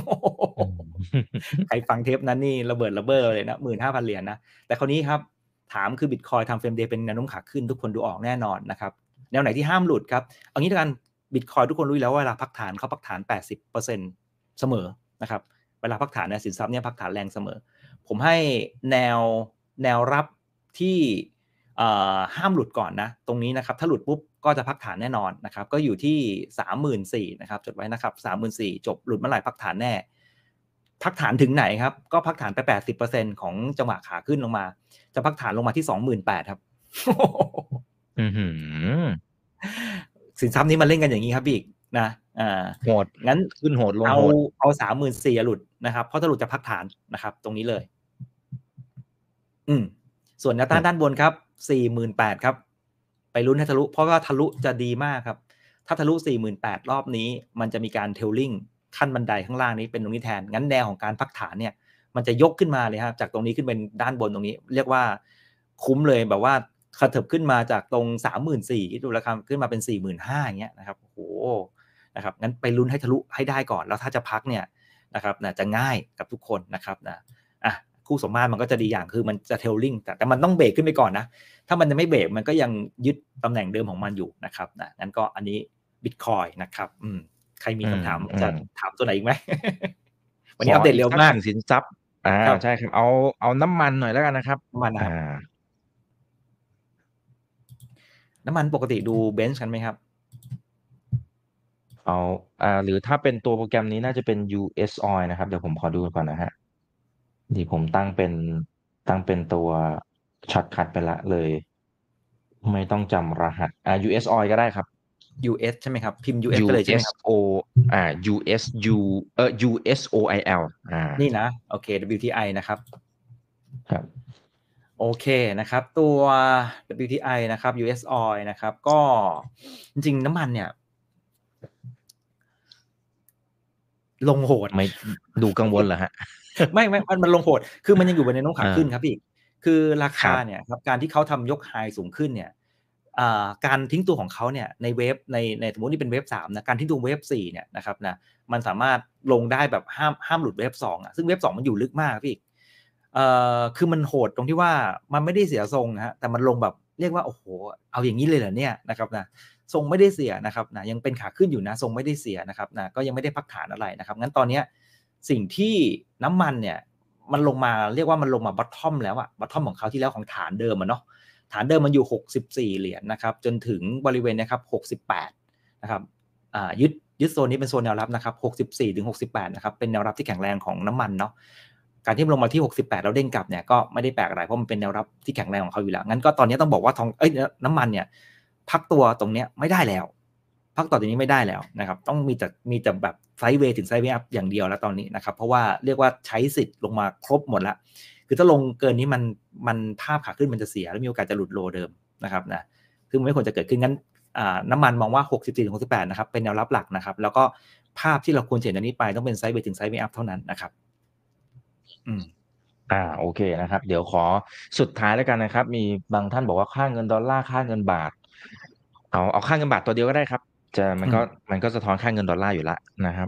ใครฟังเทปนั้นนี่ระเบิดระเบ้อเลยนะ หนึ่งหมื่นห้าพัน เหรียญนะแต่คราวนี้ครับถามคือ Bitcoin ทำเฟรมเดย์เป็นแนวโน้มขาขึ้นทุกคนดูออกแน่นอนนะครับแนวไหนที่ห้ามหลุดครับเอางี้ละกัน Bitcoin ทุกคนรู้แล้วว่าเวลาพักฐานเขาพักฐาน แปดสิบเปอร์เซ็นต์ เสมอนะครับเวลาพักฐานเนี่ยสินทรัพย์เนี่ยพักฐานแรงเสมอผมให้แนวแนวรับที่ห้ามหลุดก่อนนะตรงนี้นะครับถ้าหลุดปุ๊บก็จะพักฐานแน่นอนนะครับก็อยู่ที่ สามหมื่นสี่พัน นะครับจดไว้นะครับ สามหมื่นสี่พัน จบหลุดเมื่อไหร่พักฐานแน่พักฐานถึงไหนครับก็พักฐานไป แปดสิบเปอร์เซ็นต์ ของจังหวะขาขึ้นลงมาจะพักฐานลงมาที่ สองหมื่นแปดพัน ครับอื้อหือสินทรัพย์นี้มาเล่นกันอย่างนี้ครับพี่นะอ่าโหดงั้นขึ้นโหดลงเอาโหดเอา สามหมื่นสี่พัน หลุดนะครับเพราะถ้าหลุดจะพักฐานนะครับตรงนี้เลยอืมส่วนแนวต้านด้านบนครับ สี่หมื่นแปดพัน ครับไปลุ้นให้ทะลุเพราะว่าทะลุจะดีมากครับถ้าทะลุ สี่หมื่นแปดพัน รอบนี้มันจะมีการเทรลลิ่งขั้นบันไดข้างล่างนี้เป็นตรงนี้แทนงั้นแนวของการพักฐานเนี่ยมันจะยกขึ้นมาเลยครับจากตรงนี้ขึ้นเป็นด้านบนตรงนี้เรียกว่าคุ้มเลยแบบว่าขะเถิบขึ้นมาจากตรง สามหมื่นสี่พัน ดูราคาขึ้นมาเป็น สี่หมื่นห้าพัน อย่างเงี้ยนะครับโอ้โหนะครับงั้นไปลุ้นให้ทะลุให้ได้ก่อนแล้วถ้าจะพักเนี่ยนะครับนะจะง่ายกับทุกคนนะครับนะอ่ะคู่สมมาตรมันก็จะดีอย่างคือมันจะเทรลลิ่งแต่แต่มันต้องเบรกขึ้นไปก่อนนะถ้ามันจะไม่เบรกมันก็ยังยึดตำแหน่งเดิมของมันอยู่นะครับนะงั้นก็อันนี้ Bitcoin นะครับอืมใครมีคำถามจะถามตัวไหนอีกไหม วันนี้อัปเดตเร็วมากสินทรัพย์อ่าใช่ครับเอาเอาน้ำมันหน่อยแล้วกันนะครับน้ำมันนะครับน้ำมันปกติดูเบนช์กันไหมครับเอาอ่าหรือถ้าเป็นตัวโปรแกรมนี้น่าจะเป็น ยู เอส Oil นะครับเดี๋ยวผมขอดูก่อนนะฮะที่ผมตั้งเป็นตั้งเป็นตัวช็อตคัทไปละเลยไม่ต้องจำรหัสอ่า ยู เอส Oil ก็ได้ครับยู เอส ใช่ไหมครับพิมพ์ ยู เอส ไปเลยใช่ไหมครับ O อ่า ยู เอส U เอ่อ ยู เอส โอ ไอ แอล อ่านี่นะโอเค ดับเบิลยู ที ไอ นะครับครับโอเคนะครับตัว ดับเบิลยู ที ไอ นะครับ ยู เอส Oil นะครับก็จริงๆน้ำมันเนี่ยลงโหดไม่ดูกังวลเหรอฮะไม่ไม่มันลงโหดคือมันยังอยู่บนแนวโน้มขาขึ้นครับพี่คือราคาเนี่ยครับการที่เขาทำยกไฮสูงขึ้นเนี่ยการทิ้งตัวของเขาเนี่ยในเวฟในในสมมตินี่เป็นเวฟสามนะการทิ้งตัวเวฟสี่เนี่ยนะครับนะมันสามารถลงได้แบบห้ามห้ามหลุดเวฟสองอ่ะซึ่งเวฟสองมันอยู่ลึกมากพี่เอ่อคือมันโหดตรงที่ว่ามันไม่ได้เสียทรงนะฮะแต่มันลงแบบเรียกว่าโอ้โหเอาอย่างนี้เลยเหรอเนี่ยนะครับนะทรงไม่ได้เสียนะครับนะยังเป็นขาขึ้นอยู่นะทรงไม่ได้เสียนะครับนะก็ยังไม่ได้พักฐานอะไรนะครับงั้นตอนนี้สิ่งที่น้ำมันเนี่ยมันลงมาเรียกว่ามันลงมาบัตทอมแล้วอะบัตทอมของเขาที่แล้วของฐานเดิมอะเนาะฐานเดิมมันอยู่หกสิบสี่เหรียญนะครับจนถึงบริเวณนะครับหกสิบแปดนะครับอ่ายึดยึดโซนนี้เป็นโซนแนวรับนะครับหกสิบสี่ถึงหกสิบแปดนะครับเป็นแนวรับที่แข็งแรงของน้ำมันเนาะการที่ลงมาที่หกสิบแปดแล้วเด้งกลับเนี่ยก็ไม่ได้แปลกอะไรเพราะมันเป็นแนวรับที่แข็งแรงของเขาอยู่แล้วงั้นก็ตอนนี้ต้องบอกว่าทองเอ้ยน้ำมันเนี่ยพักตัวตรงเนี้ยไม่ได้แล้วพักต่อจากนี้ไม่ได้แล้วนะครับต้องมีแต่มีแต่แบบไซด์เวย์ถึงไซด์เวย์อัพอย่างเดียวแล้วตอนนี้นะครับเพราะว่าเรียกว่าใช้สิทธิ์ลงมาครบหมดแล้วคือถ้าลงเกินนี้มันมันภาพขาขึ้นมันจะเสียแล้วมีโอกาสจะหลุดโลเดิมนะครับนะซึ่งไม่ควรจะเกิดขึ้นงั้นน้ำมันมองว่า หกสิบสี่ถึงหกสิบแปด นะครับเป็นแนวรับหลักนะครับแล้วก็ภาพที่เราควรเห็นอันนี้ไปต้องเป็นไซด์เวย์ถึงไซด์เวย์อัพเท่านั้นนะครับอืมอ่าโอเคนะครับเดี๋ยวขอสุดท้ายแล้วกันนะครับมีบางท่านบอกว่าค่าเงินดอลลาร์ค่าเงินบาทเอาเอาค่าเงินบาทตัวเดียวก็ได้ครับจะมันก็มันก็สะท้อนค่าเงินดอลลาร์อยู่แล้วนะครับ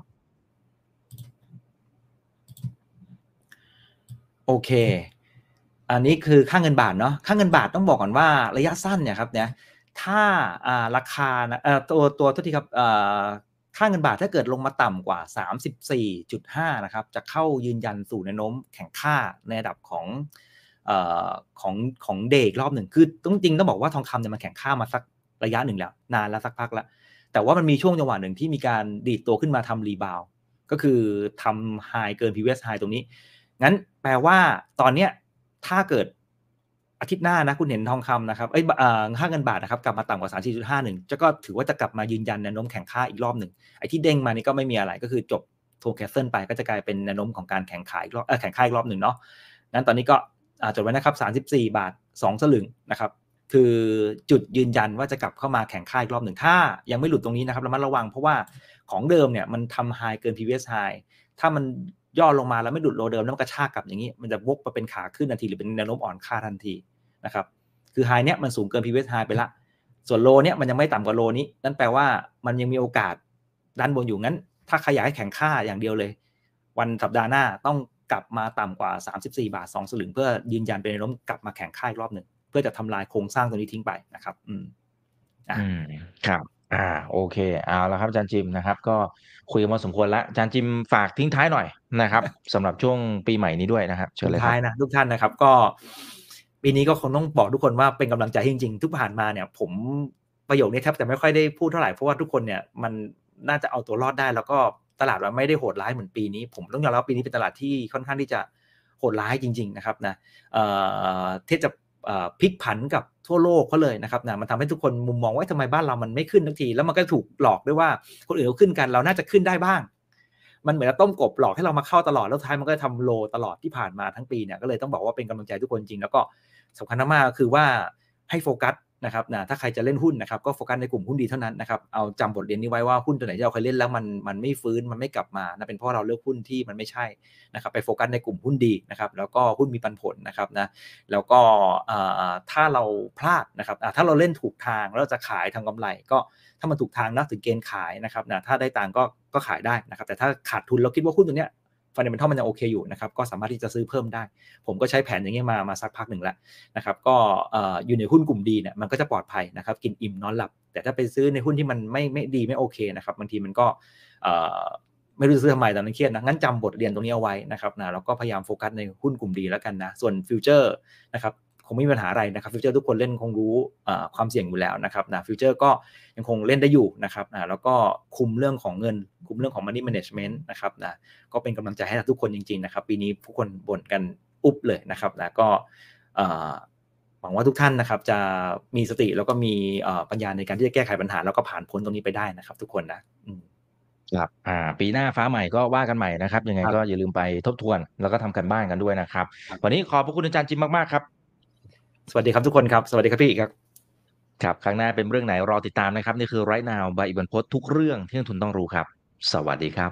โอเคอันนี้คือค่าเงินบาทเนาะค่าเงินบาทต้องบอกก่อนว่าระยะสั้นเนี่ยครับเนี่ยถ้าอ่าราคานะเอ่อตัวตัวทุกทีครับเอ่อค่าเงินบาทถ้าเกิดลงมาต่ำกว่า สามสิบสี่จุดห้า นะครับจะเข้ายืนยันสู่แนวโน้มแข็งค่าในระดับของเอ่อของของเดย์อีกรอบหนึ่งคือต้องจริงต้องบอกว่าทองคำเนี่ยมันแข็งค่ามาสักระยะหนึ่งแล้วนานแล้วสักพักแล้วแต่ว่ามันมีช่วงจังหวะหนึ่งที่มีการดีดตัวขึ้นมาทำรีบาวด์ก็คือทำไฮเกิน previous high ตรงนี้งั้นแปลว่าตอนเนี้ยถ้าเกิดอาทิตย์หน้านะคุณเห็นทองคำนะครับเอ้ยค่าเงินบาทนะครับกลับมาต่ำกว่า สามสิบสี่จุดห้าหนึ่ง จะก็ถือว่าจะกลับมายืนยันแนวโน้มแข็งค่าอีกรอบหนึ่งไอ้ที่เด้งมานี่ก็ไม่มีอะไรก็คือจบโทแคสเซิลไปก็จะกลายเป็นแนวโน้มของการแข็งขายอีกรอบเอ่อแข็งค่าอีกรอบหนึ่งเนาะงั้นตอนนี้ก็จดไว้นะครับสามสิบสี่บาทสองสลึงนะครับคือจุดยืนยันว่าจะกลับเข้ามาแข็งค่าอีกรอบหนึ่งถ้ายังไม่หลุดตรงนี้นะครับระมัดระวังเพราะว่าของเดิมเนี่ยมันทำไฮเกิน previous high ถ้ามันย่อลงมาแล้วไม่หลุดโลเดิมแล้วมันกระชากกลับอย่างนี้มันจะวกไปเป็นขาขึ้นทันทีหรือเป็นแนวโน้มอ่อนค่าทันทีนะครับคือไฮเนี้ยมันสูงเกิน previous high ไปละส่วนโลเนี้ยมันยังไม่ต่ำกว่าโลนี้นั่นแปลว่ามันยังมีโอกาสด้านบนอยู่งั้นถ้าใครอยากให้แข็งค่าอย่างเดียวเลยวันสัปดาห์หน้าต้องกลับมาต่ำกว่าสามสิบสี่บาทสองสลึงเพื่อยืนยันเป็นแนวโน้มกลับมาแข็งค่าอีกรอบหนึ่งเพื่อจะทำลายโครงสร้างตัวนี้ทิ้งไปนะครับอืมอ่าครับอ่าโอเคเอาละครับอาจารย์จิมนะครับก็คุยกันมาสมควรแล้วอาจารย์จิมฝากทิ้งท้ายหน่อยนะครับสำหรับช่วงปีใหม่นี้ด้วยนะครับเชิญเลยครับท้ายนะทุกท่านนะครับก็ปีนี้ก็คงต้องบอกทุกคนว่าเป็นกำลังใจจริงๆทุกผ่านมาเนี่ยผมประโยคนี้แทบจะไม่ค่อยได้พูดเท่าไหร่เพราะว่าทุกคนเนี่ยมันน่าจะเอาตัวรอดได้แล้วก็ตลาดมันไม่ได้โหดร้ายเหมือนปีนี้ผมต้องยอมรับปีนี้เป็นตลาดที่ค่อนข้างที่จะโหดร้ายจริงๆนะครับนะเอ่อเทียบจะพลิกผันกับทั่วโลกเขาเลยนะครับนะมันทำให้ทุกคนมุมมองว่าทำไมบ้านเรามันไม่ขึ้นทันทีแล้วมันก็ถูกหลอกด้วยว่าคนอื่นเขาขึ้นกันเราน่าจะขึ้นได้บ้างมันเหมือนต้มกบหลอกให้เรามาเข้าตลอดแล้วท้ายมันก็ทำโลตลอดที่ผ่านมาทั้งปีเนี่ยก็เลยต้องบอกว่าเป็นกำลังใจทุกคนจริงแล้วก็สำคัญมากก็คือว่าให้โฟกัสนะครับนะถ้าใครจะเล่นหุ้นนะครับก็โฟกัสในกลุ่มหุ้นดีเท่านั้นนะครับเอาจำบทเรียนนี้ไว้ว่าหุ้นตัวไหนที่เราเคยเล่นแล้วมันมันไม่ฟื้นมันไม่กลับมานะเป็นเพราะเราเลือกหุ้นที่มันไม่ใช่นะครับไปโฟกัสในกลุ่มหุ้นดีนะครับแล้วก็หุ้นมีปันผลนะครับนะแล้วก็ถ้าเราพลาดนะครับถ้าเราเล่นถูกทางแล้วเราจะขายทำกำไรก็ถ้ามันถูกทางนะถึงเกณฑ์ขายนะครับนะถ้าได้ตังก็ก็ขายได้นะครับแต่ถ้าขาดทุนเราคิดว่าหุ้นตัวเนี้ยฟันเดเมนทัลมันยังโอเคอยู่นะครับก็สามารถที่จะซื้อเพิ่มได้ผมก็ใช้แผนอย่างนี้มามาสักพักหนึ่งแล้วนะครับก็อยู่ในหุ้นกลุ่มดีเนี่ยมันก็จะปลอดภัยนะครับกินอิ่มนอนหลับแต่ถ้าไปซื้อในหุ้นที่มันไม่ไม่ดีไม่โอเคนะครับบางทีมันก็ไม่รู้จะซื้อทำไมตอนนั้นเครียดนะงั้นจำบทเรียนตรงนี้เอาไว้นะครับนะแล้วก็พยายามโฟกัสในหุ้นกลุ่มดีแล้วกันนะส่วนฟิวเจอร์นะครับคงไม่มีปัญหาอะไรนะครับฟิวเจอร์ทุกคนเล่นคงรู้ความเสี่ยงอยู่แล้วนะครับนะฟิวเจอร์ก็ยังคงเล่นได้อยู่นะครับนะแล้วก็คุมเรื่องของเงินคุมเรื่องของ money management นะครับนะก็เป็นกำลังใจให้ทุกคนจริงๆนะครับปีนี้ทุกคนบ่นกันอุ๊บเลยนะครับนะก็หวังว่าทุกท่านนะครับจะมีสติแล้วก็มีปัญญาในการที่จะแก้ไขปัญหาแล้วก็ผ่านพ้นตรงนี้ไปได้นะครับทุกคนนะครับอ่าปีหน้าฟ้าใหม่ก็ว่ากันใหม่นะครับยังไงก็อย่าลืมไปทบทวนแล้วก็ทำกันบ้านกันด้วยนะครับวันนี้ขอบพระคุณอาจารย์จิมมากๆครับสวัสดีครับทุกคนครับสวัสดีครับพี่ครับครับครั้งหน้าเป็นเรื่องไหนรอติดตามนะครับนี่คือ Right Now บายอิบันพจน์ทุกเรื่องที่นักทุนต้องรู้ครับสวัสดีครับ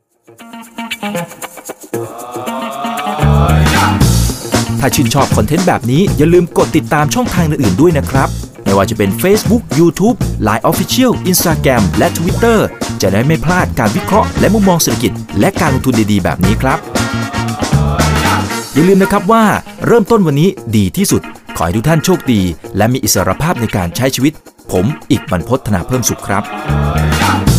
ถ้าชื่นชอบคอนเทนต์แบบนี้อย่าลืมกดติดตามช่องทางอื่นๆด้วยนะครับไม่ว่าจะเป็น Facebook, YouTube, ไลน์ Official, Instagram และ Twitter จะได้ไม่พลาดการวิเคราะห์และมุมมองเศรษฐกิจและการลงทุนดีๆแบบนี้ครับอย่าลืมนะครับว่าเริ่มต้นวันนี้ดีที่สุดขอให้ทุกท่านโชคดีและมีอิสรภาพในการใช้ชีวิตผมอีกบรรพต ธนาเพิ่มสุขครับ